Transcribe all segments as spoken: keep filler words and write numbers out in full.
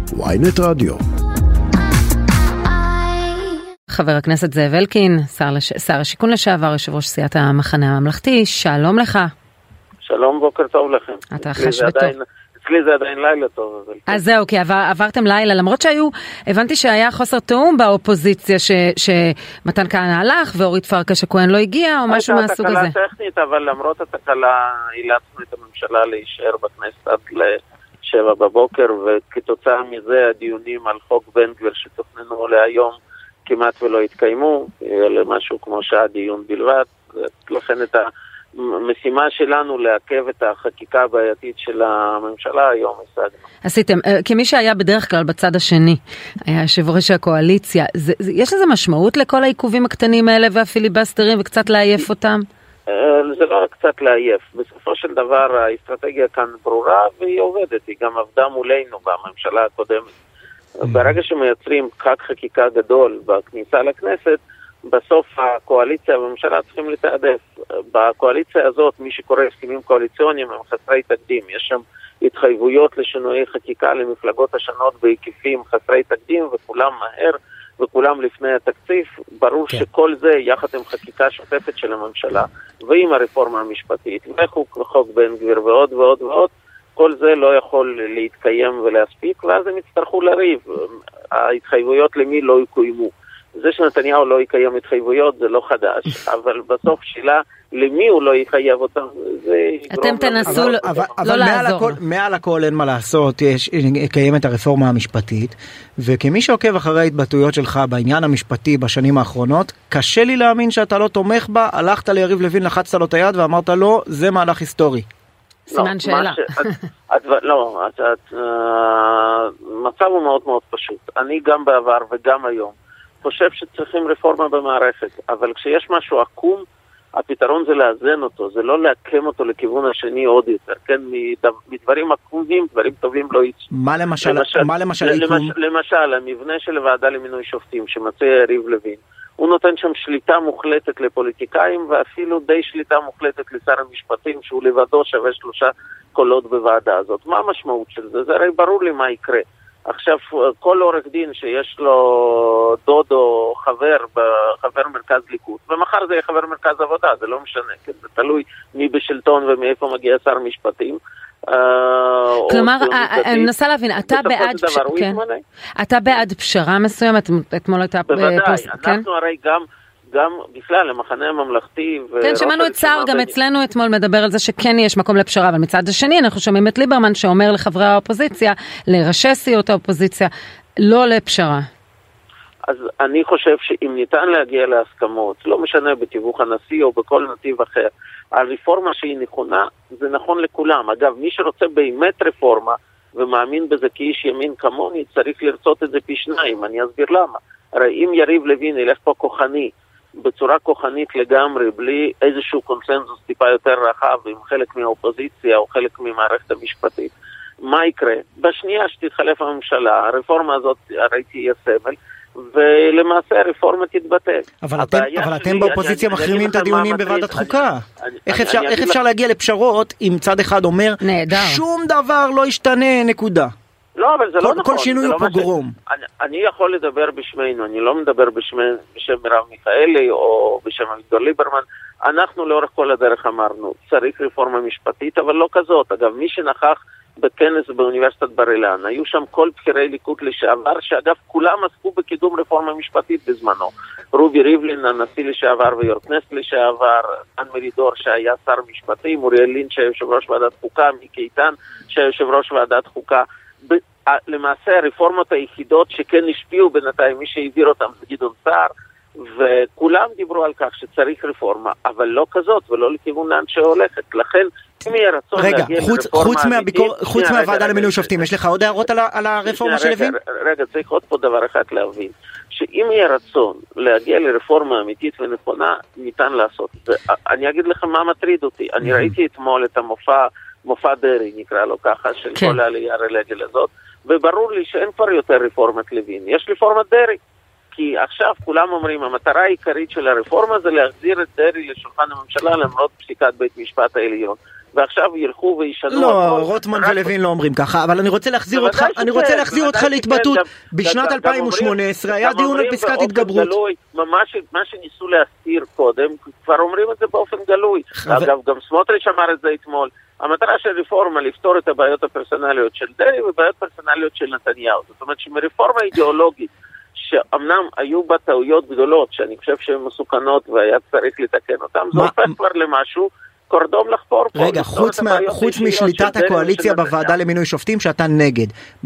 וויינט רדיו. חבר הכנסת זאב אלקין, שר, לש... שר השיכון לשעבר, יושב ראש סיעת המחנה הממלכתי, שלום לך. שלום, בוקר טוב לכם. אתה חש בטוב. עדיין, אצלי זה עדיין לילה טוב. אבל... אז זהו, כי עבר, עברתם לילה, למרות שהיו, הבנתי שהיה חוסר תאום באופוזיציה, ש, שמתן כהנא הלך, ואורית פרקש הכהן לא הגיע, או משהו מהסוג הזה. הייתה תקלה טכנית, אבל למרות התקלה, אילצנו את הממשלה להישאר בכנסת עד לשבע בבוקר, וכתוצאה מזה הדיונים על חוק בן גביר שתוכננו להיום, כמעט ולא התקיימו, למשהו כמו שעה דיון בלבד, לכן את המשימה שלנו לעכב את החקיקה הבעייתית של הממשלה היום השגנו. עשיתם, כמי שהיה בדרך כלל בצד השני, היה יושב ראש הקואליציה, זה, זה, יש לזה משמעות לכל העיכובים הקטנים האלה והפיליבסטרים וקצת לעייף אותם? זה לא רק קצת לעייף, בסופו של דבר האסטרטגיה כאן ברורה והיא עובדת, היא גם עבדה מולנו בממשלה הקודמת. ברגע שמייצרים פקק חקיקה גדול בכניסה לכנסת, בסוף הקואליציה והממשלה צריכים לתעדף. בקואליציה הזאת, מי שקורא הסכמים קואליציוניים הם חסרי תקדים. יש שם התחייבויות לשינויי חקיקה למפלגות השונות בהיקפים חסרי תקדים, וכולם מהר, וכולם לפני התקציב. ברור כן. שכל זה, יחד עם חקיקה שוטפת של הממשלה, ועם הרפורמה המשפטית, וחוק בן גביר ועוד ועוד ועוד, כל זה לא יכול להתקיים ולהספיק, ואז הם יצטרכו לריב. ההתחייבויות למי לא יקוימו. זה שנתניהו לא יקיים התחייבויות זה לא חדש, אבל בסוף שאלה למי הוא לא יקיים אותם, זה... אתם תנסו לא לעזור. אבל מעל הכל אין מה לעשות, יש קיימת הרפורמה המשפטית, וכמי שעוקב אחרי ההתבטאויות שלך בעניין המשפטי בשנים האחרונות, קשה לי להאמין שאתה לא תומך בה, הלכת ליריב לוין, לחצת לו את היד ואמרת לו, זה מהלך היסטורי. סימן שאלה. לא, המצב הוא מאוד מאוד פשוט. אני גם בעבר וגם היום חושב שצריכים רפורמה במערכת, אבל כשיש משהו עקום, הפתרון זה לאזן אותו, זה לא להקם אותו לכיוון השני עוד יותר, כן? מדברים עקומים, דברים טובים לא יצאו. מה למשל, מה למשל עקום? למשל, המבנה של הוועדה למינוי שופטים שמציע יריב לוין, הוא נותן שם שליטה מוחלטת לפוליטיקאים, ואפילו די שליטה מוחלטת לשר המשפטים, שהוא לבדו שווה שלושה קולות בוועדה הזאת. מה המשמעות של זה? זה הרי ברור לי מה יקרה. עכשיו, כל עורך דין שיש לו דוד או חבר, חבר מרכז ליכוד, ומחר זה יהיה חבר מרכז עבודה, זה לא משנה, כן? זה תלוי מי בשלטון ומאיפה מגיע שר משפטים. כלומר, אני מנסה להבין, אתה בעד אתה בעד פשרה מסוימת, אתמול הייתה פוסט, בוודאי, אנחנו הרי גם גם בכלל המחנה הממלכתי. כן, שמענו את שר גם אצלנו אתמול מדבר על זה שכן יש מקום לפשרה, אבל מצד השני אנחנו שומעים את ליברמן שאומר לחברי האופוזיציה, לראשי סיעות האופוזיציה, לא לפשרה. אז אני חושב שאם ניתן להגיע להסכמות, לא משנה בתיווך הנשיא או בכל נתיב אחר, הרפורמה שהיא נכונה, זה נכון לכולם. אגב, מי שרוצה באמת רפורמה ומאמין בזה כאיש ימין כמוני, צריך לרצות את זה פי שניים. אני אסביר למה. הרי אם יריב לוין ילך פה כוחני, בצורה כוחנית לגמרי, בלי איזשהו קונסנזוס טיפה יותר רחב עם חלק מהאופוזיציה או חלק ממערכת המשפטית, מה יקרה? בשנייה שתתחלף הממשלה, הרפורמה הזאת הרי תהיה סבל, ולמעשה הרפורמה תתבטל. אבל אתם, אבל אתם באופוזיציה מחרימים את הדיונים בוועדת חוקה. איך אפשר, איך אפשר להגיע לפשרות אם צד אחד אומר, שום דבר לא ישתנה, נקודה? לא, אבל זה לא נכון. כל שינוי הוא פוגרום. אני יכול לדבר בשמנו, אני לא מדבר בשם מרב מיכאלי או בשם אביגדור ליברמן. אנחנו לאורך כל הדרך אמרנו, צריך רפורמה משפטית, אבל לא כזאת. אגב, מי שנכח בכנס באוניברסיטת בר אילן, היו שם כל בחירי ליכוד לשעבר, שאגב כולם עסקו בקידום רפורמה משפטית בזמנו. רובי ריבלין, הנשיא לשעבר ויו"ר כנסת לשעבר, דן מרידור שהיה שר משפטים, אוריאל לין שהיה יושב ראש ועדת חוקה, מיקי איתן שהיה יושב ראש ועדת חוקה. למעשה הרפורמות היחידות שכן השפיעו בינתיים, מי שהעביר אותם זה גדעון סער, וכולם דיברו על כך שצריך רפורמה, אבל לא כזאת ולא לכיוון לאן שהולכת. לכן אם יהיה רצון רגע, להגיע חוץ, לרפורמה חוץ, מהביקור, חוץ מהוועדה למינוי שופטים, יש לך עוד הערות על, על הרפורמה של לוין? רגע, צריך עוד פה דבר אחד להבין, שאם יהיה רצון להגיע לרפורמה אמיתית ונכונה, ניתן לעשות. אני אגיד לך מה מטריד אותי. אני ראיתי אתמול את המופע, מופע דרי, נקרא לו ככה, של כן. כל העלייה הרגל הזאת, וברור לי שאין כבר יותר רפורמת לוין, יש רפורמת דרי. כי עכשיו כולם אומרים, המטרה העיקרית של הרפורמה זה להחזיר את דרי לשולחן הממשלה למרות פסיקת בית משפט העליון. ועכשיו ילכו וישנו. לא, רוטמן ולוין לא אומרים ככה, אבל אני רוצה להחזיר אותך, אני רוצה להחזיר אותך להתבטאות. בשנת אלפיים ושמונה עשרה היה דיון על פסקת התגברות. מה שניסו להסתיר קודם, כבר אומרים את זה באופן גלוי. אגב, גם סמוטריץ' אמר את זה אתמול. המטרה של רפורמה לפתור את הבעיות הפרסונליות של דרעי ובעיות פרסונליות של נתניהו. זאת אומרת שמרפורמה אידיאולוגית, שאמנם היו בה טעויות גדולות, שאני חושב שהן מסוכנות והיה צריך לתקן אותן, זה הופך כבר למשהו קורדום לחפור פה. רגע, חוץ משליטת הקואליציה בוועדה למינוי שופטים שאתה נגד,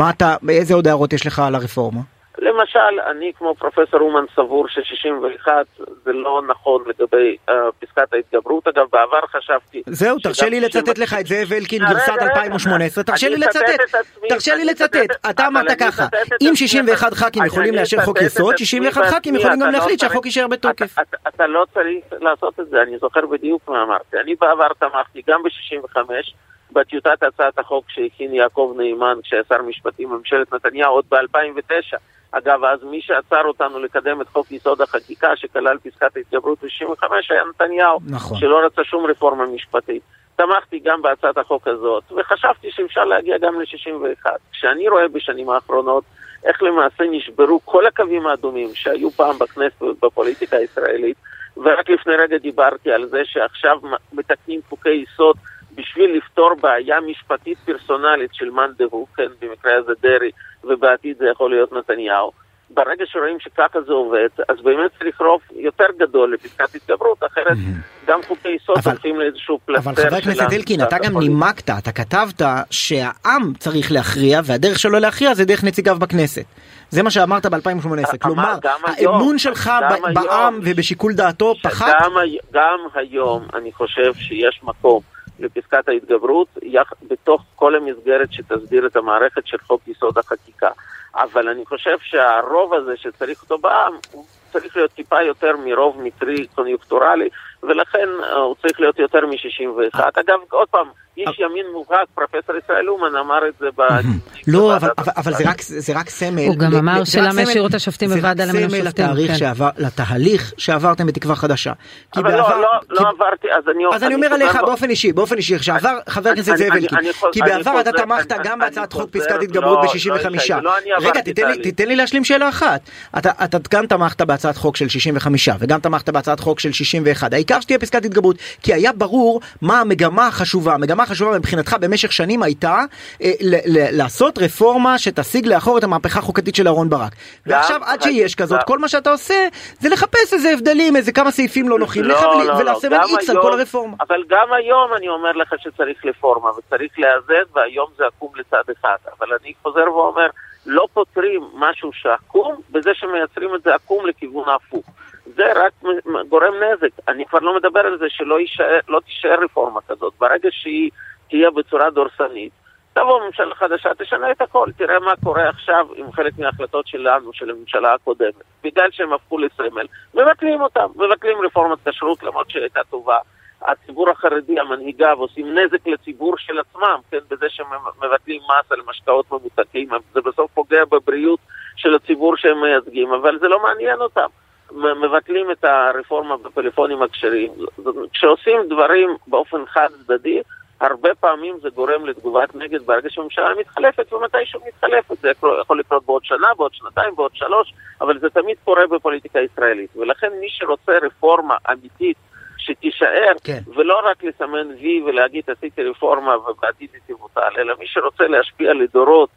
איזה עוד הערות יש לך על הרפורמה? למשל, אני כמו פרופסור אומן סבור ש-שישים ואחת זה לא נכון לגבי uh, פסקת ההתגברות. אגב, בעבר חשבתי... זהו, תרשה לי לצטט לך את זאב אלקין גרסת אלפיים ושמונה עשרה, תרשה לי לצטט, תרשה לי לצטט. אתה אמרת ככה, אם שישים ואחת ח"כים יכולים לאשר חוק יסוד, שישים ואחת ח"כים יכולים גם להחליט שהחוק יישאר בתוקף. אתה לא צריך לעשות את זה, אני זוכר בדיוק מה אמרתי. אני בעבר תמכתי גם ב-שישים וחמש, בטיוטת הצעת החוק שהכין יעקב נאמן כשהיה שר משפטים בממשלת נתניהו עוד ב-אלפיים ותשע. אגב, אז מי שעצר אותנו לקדם את חוק יסוד החקיקה שכלל פסקת ההתגברות ב-שישים וחמש היה נתניהו, נכון. שלא רצה שום רפורמה משפטית. תמכתי גם בהצעת החוק הזאת, וחשבתי שאפשר להגיע גם ל-שישים ואחת. כשאני רואה בשנים האחרונות איך למעשה נשברו כל הקווים האדומים שהיו פעם בכנסת ובפוליטיקה הישראלית, ורק לפני רגע דיברתי על זה שעכשיו מתקנים חוקי יסוד בשביל לפתור בעיה משפטית פרסונלית של מאן דהוא, כן, במקרה הזה דרעי, ובעתיד זה יכול להיות נתניהו. ברגע שרואים שככה זה עובד, אז באמת צריך רוב יותר גדול לפסקת התגברות, אחרת גם חוקי יסוד הולכים לאיזשהו פלסטר. אבל חבר הכנסת אלקין, אתה גם נימקת, אתה כתבת שהעם צריך להכריע, והדרך שלו להכריע זה דרך נציגיו בכנסת. זה מה שאמרת ב-אלפיים ושמונה עשרה. כלומר, האמון שלך בעם ובשיקול דעתו פחת? גם היום אני חושב שיש מקום לפסקת ההתגברות, בתוך כל המסגרת שתסביר את המערכת של חוק יסוד החקיקה. אבל אני חושב שהרוב הזה שצריך אותו בעם, הוא צריך להיות טיפה יותר מרוב מקרי קוניוקטורלי, ולכן הוא צריך להיות יותר מ-שישים ואחת. אגב, עוד פעם, איש ימין מובהק, פרופסור ישראל אומן, אמר את זה ב... לא, אבל זה רק סמל. הוא גם אמר שלמה השאירו את השופטים בוועדה למינוי שופטים. זה רק סמל לתהליך שעברתם בתקווה חדשה. אבל לא עברתי, אז אני... אז אני אומר עליך באופן אישי, באופן אישי, שעבר חבר הכנסת זאב אלקין, כי בעבר אתה תמכת גם בהצעת חוק פסקת התגברות ב-שישים וחמש. רגע, תיתן לי להשלים שאלה אחת. אתה גם תמכת בהצעת חוק של שישים וחמש, וגם תמכת בהצעת חוק של שישים ואחת. העיקר שתהיה פסקת התגברות, כי היה ברור מה המגמה החשובה. המגמה החשובה מבחינתך במשך שנים הייתה אה, ל- ל- לעשות רפורמה שתשיג לאחור את המהפכה החוקתית של אהרן ברק. ועכשיו עד שיש כזאת, כל מה שאתה עושה זה לחפש איזה הבדלים, איזה כמה סעיפים לא נוחים לך ולעשמן איקס על כל הרפורמה. אבל גם היום אני אומר לך שצריך רפורמה וצריך לאזן, והיום זה עקום לצד אחד. אבל אני חוזר ואומר, לא פותרים משהו שעקום בזה שמייצרים את זה עקום לכיוון ההפוך. זה רק גורם נזק. אני כבר לא מדבר על זה שלא יישאר, לא תישאר רפורמה כזאת. ברגע שהיא תהיה בצורה דורסנית, תבוא ממשלה חדשה, תשנה את הכל. תראה מה קורה עכשיו עם חלק מההחלטות שלנו, של הממשלה הקודמת. בגלל שהם הפכו לסמל, מבטלים אותם. מבטלים רפורמת כשרות, למרות שהייתה טובה. הציבור החרדי, המנהיגה, עושים נזק לציבור של עצמם, כן, בזה שמבטלים מס על משקאות ממותקים. זה בסוף פוגע בבריאות של הציבור שהם מייצגים, אבל זה לא מעניין אותם. מבטלים את הרפורמה בפלאפונים הכשרים. כשעושים דברים באופן חד צדדי, הרבה פעמים זה גורם לתגובת נגד ברגע שהממשלה מתחלפת, ומתישהו מתחלפת. זה יכול לקרות בעוד שנה, בעוד שנתיים, בעוד שלוש, אבל זה תמיד קורה בפוליטיקה הישראלית. ולכן מי שרוצה רפורמה אמיתית שתישאר, כן. ולא רק לסמן וי ולהגיד עשיתי רפורמה ובעתיד היא תבוטל, אלא מי שרוצה להשפיע לדורות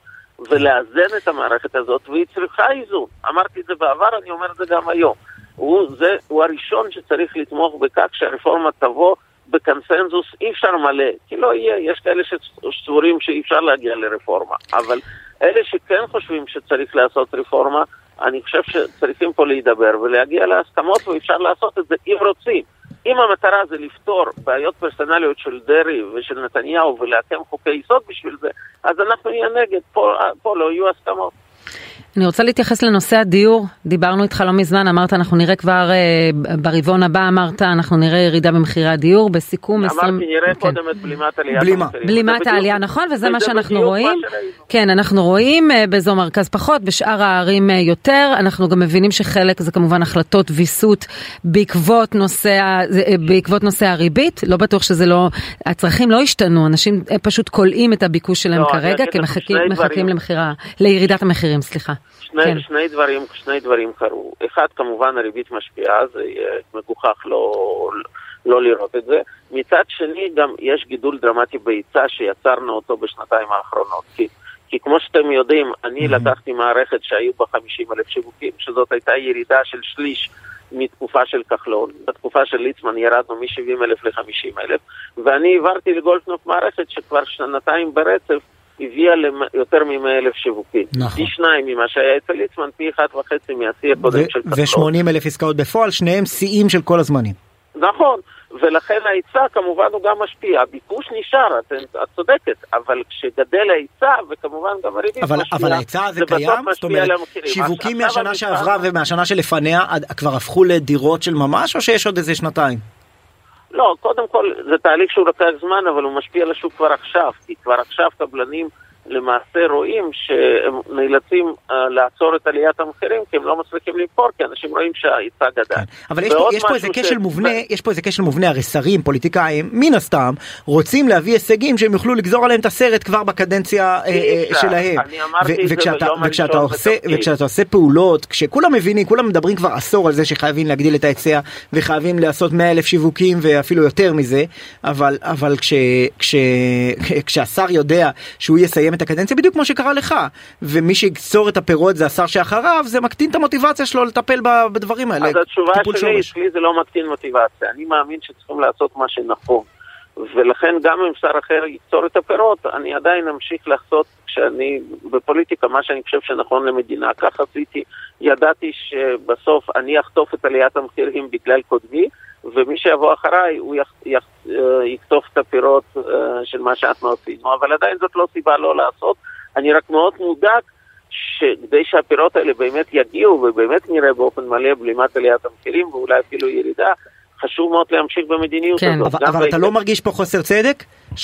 ולאזן את המערכת הזאת, והיא צריכה איזון. אמרתי את זה בעבר, אני אומר את זה גם היום. הוא, זה, הוא הראשון שצריך לתמוך בכך שהרפורמה תבוא בקונסנזוס. אי אפשר מלא, כי לא יהיה, יש כאלה שסבורים שאי אפשר להגיע לרפורמה, אבל אלה שכן חושבים שצריך לעשות רפורמה, אני חושב שצריכים פה להידבר ולהגיע להסכמות, ואפשר לעשות את זה אם רוצים. אם המטרה זה לפתור בעיות פרסונליות של דרעי ושל נתניהו ולהקם חוקי יסוד בשביל זה, אז אנחנו נהיה נגד, פה, פה לא יהיו הסכמות. אני רוצה להתייחס לנושא הדיור, דיברנו איתך לא מזמן, אמרת אנחנו נראה כבר אה, ברבעון הבא, אמרת אנחנו נראה ירידה במחירי הדיור, בסיכום אמרתי עשרים... נראה כן. קודם את בלימת עליית בלימה. המחירים. בלימת העלייה, נכון, וזה מה שאנחנו רואים. כן, אנחנו רואים אה, באזור מרכז פחות, בשאר הערים אה, יותר, אנחנו גם מבינים שחלק זה כמובן החלטות ויסות בעקבות נושא, אה, בעקבות נושא הריבית, לא בטוח שזה לא, הצרכים לא השתנו, אנשים אה, פשוט קולעים את הביקוש שלהם לא, כרגע, כי מחכים, מחכים למחירה, לירידת המחירים, סליחה. שני, כן. שני דברים, שני דברים קרו. אחד, כמובן, הריבית משפיעה, זה מגוחך לא, לא לראות את זה. מצד שני, גם יש גידול דרמטי בהיצע שיצרנו אותו בשנתיים האחרונות. כי, כי כמו שאתם יודעים, אני mm-hmm. לקחתי מערכת שהיו בה חמישים אלף שיווקים, שזאת הייתה ירידה של שליש מתקופה של כחלון. בתקופה של ליצמן ירדנו מ-שבעים אלף ל-חמישים אלף, ואני העברתי לגולדקנופ מערכת שכבר שנתיים ברצף, הביאה ליותר מ-מאה אלף שיווקים. נכון. פי שניים ממה שהיה אצל ליצמן, פי אחד וחצי מהשיא הקודם של כחלון. ו-שמונים אלף עסקאות בפועל, שניהם שיאים של כל הזמנים. נכון, ולכן ההיצע כמובן הוא גם משפיע. הביקוש נשאר, את, את צודקת, אבל כשגדל ההיצע, וכמובן גם הריבית אבל, משפיע, אבל ההיצע הזה קיים? זאת אומרת, שיווקים מהשנה שעברה ומהשנה שלפניה כבר הפכו לדירות של ממש, או שיש עוד איזה שנתיים? לא, קודם כל זה תהליך שהוא לוקח זמן, אבל הוא משפיע על השוק כבר עכשיו, כי כבר עכשיו קבלנים למעשה רואים שהם נאלצים uh, לעצור את עליית המחירים, כי הם לא מצליחים למכור, כי אנשים רואים שההיצע גדל. כן. אבל יש פה, יש פה איזה כשל ש... מובנה, יש פה איזה כשל מובנה, הרי שרים, פוליטיקאים, מן הסתם, רוצים להביא הישגים שהם יוכלו לגזור עליהם את הסרט כבר בקדנציה uh, שלהם. אני אמרתי את זה ולא וכשאתה עושה, וכשאתה עושה פעולות, כשכולם מבינים, כולם מדברים כבר עשור על זה שחייבים להגדיל את ההיצע, וחייבים לעשות מאה אלף שיווקים ואפילו יותר מזה, אבל, אבל כש, כש, כשהשר יודע שהוא יסיים את הקדנציה, בדיוק כמו שקרה לך, ומי שיגזור את הפירות זה השר שאחריו, זה מקטין את המוטיבציה שלו לטפל בדברים האלה. אז התשובה שלי, שלי זה לא מקטין מוטיבציה. אני מאמין שצריכים לעשות מה שנכון. ולכן גם אם שר אחר יגזור את הפירות, אני עדיין אמשיך לעשות, כשאני בפוליטיקה, מה שאני חושב שנכון למדינה. כך עשיתי, ידעתי שבסוף אני אחטוף את עליית המחירים בגלל קודמי, ומי שיבוא אחריי, הוא יקטוף את הפירות של מה שאנחנו עשינו, אבל עדיין זאת לא סיבה לא לעשות. אני רק מאוד מודאג שכדי שהפירות האלה באמת יגיעו, ובאמת נראה באופן מלא בלימת עליית המחירים, ואולי אפילו ירידה, חשוב מאוד להמשיך במדיניות כן, הזאת. אבל, אבל אתה לא מרגיש פה חוסר צדק?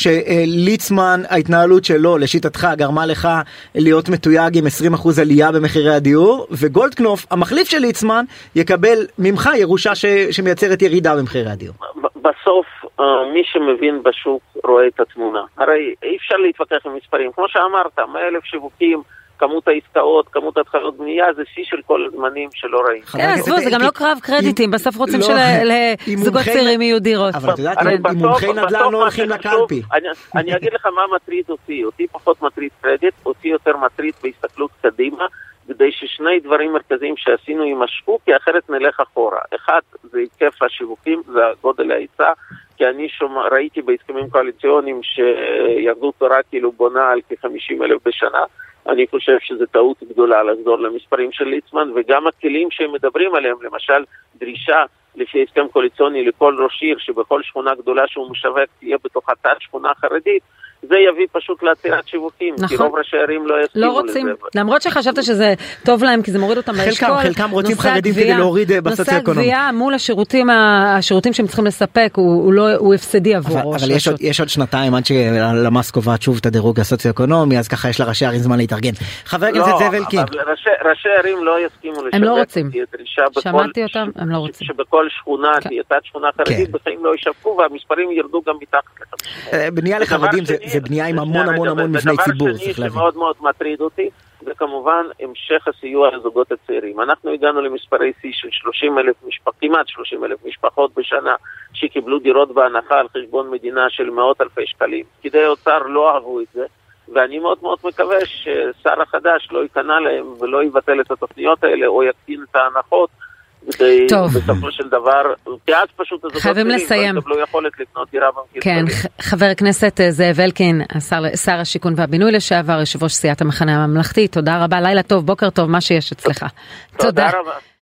שליצמן, ההתנהלות שלו, לשיטתך, גרמה לך להיות מתויג עם עשרים אחוז עלייה במחירי הדיור, וגולדקנופ, המחליף של ליצמן, יקבל ממך ירושה ש... שמייצרת ירידה במחירי הדיור. בסוף, מי שמבין בשוק רואה את התמונה. הרי אי אפשר להתווכח עם מספרים. כמו שאמרת, מאה אלף שיווקים, כמות העסקאות, כמות התחלות בנייה, זה שיא של כל הזמנים שלא ראינו. זה גם לא קרב קרדיטים, בסוף רוצים שלזוגות צעירים יהיו דירות. אבל אתה יודעת, עם מומחי נדל"ן לא הולכים לקלפי. אני אגיד לך מה מטריד אותי, אותי פחות מטריד קרדיט, אותי יותר מטריד בהסתכלות קדימה, כדי ששני דברים מרכזיים שעשינו יימשכו, כי אחרת נלך אחורה. אחד, זה היקף השיווקים, זה הגודל ההיצע, כי אני ראיתי בהסכמים קואליציוניים שירדו תורה כאילו בונה על כ-חמישים אלף בשנה, אני חושב שזו טעות גדולה לחזור למספרים של ליצמן, וגם הכלים שהם מדברים עליהם, למשל דרישה לפי הסכם קואליציוני לכל ראש עיר, שבכל שכונה גדולה שהוא משווק תהיה בתוכה תת שכונה חרדית, זה יביא פשוט לעצירת שיווקים, נכון. כי רוב ראשי הערים לא יסכימו לא רוצים, לזה. למרות שחשבת שזה טוב להם, כי זה מוריד אותם לאשכול. חלקם, חלקם רוצים חרדים כדי להוריד בסוציו-אקונומי. נושא הגבייה מול השירותים, השירותים שהם צריכים לספק, הוא, הוא, לא, הוא הפסדי עבור. אבל, אבל יש, עוד, יש עוד שנתיים עד שלמ"ס קובעת שוב את הדירוג הסוציו-אקונומי, אז ככה יש לראשי הערים זמן להתארגן. חבר הכנסת לא, זאב אלקין. אבל ראשי, ראשי הערים לא יסכימו לשווק. הם לא רוצים. שמעתי בכל, אותם, הם לא רוצים. שבכל שכונה תהיה תת שכונה חרדית, בחיים לא ישווקו, והמספרים ירדו גם מתחת. בנייה לחרדים זה בנייה עם המון המון המון מבני ציבור. דבר שני שמאוד מאוד מטריד אותי, זה כמובן המשך הסיוע לזוגות הצעירים. אנחנו הגענו למספרי שיא של שלושים אלף משפחות, כמעט שלושים אלף משפחות בשנה, שקיבלו דירות בהנחה על חשבון מדינה של מאות אלפי שקלים. פקידי האוצר לא אהבו את זה, ואני מאוד מאוד מקווה ששר החדש לא ייכנע להם ולא יבטל את התוכניות האלה, או יקטין את ההנחות, כדי בסופו של דבר, כי אז פשוט הזוגות חייבים לסיים. לא יקבלו יכולת לקנות דירה במחיר. כן, חבר הכנסת זאב אלקין, שר השיכון והבינוי לשעבר, יושב ראש סיעת המחנה הממלכתי, תודה רבה, לילה טוב, בוקר טוב, מה שיש אצלך. תודה רבה.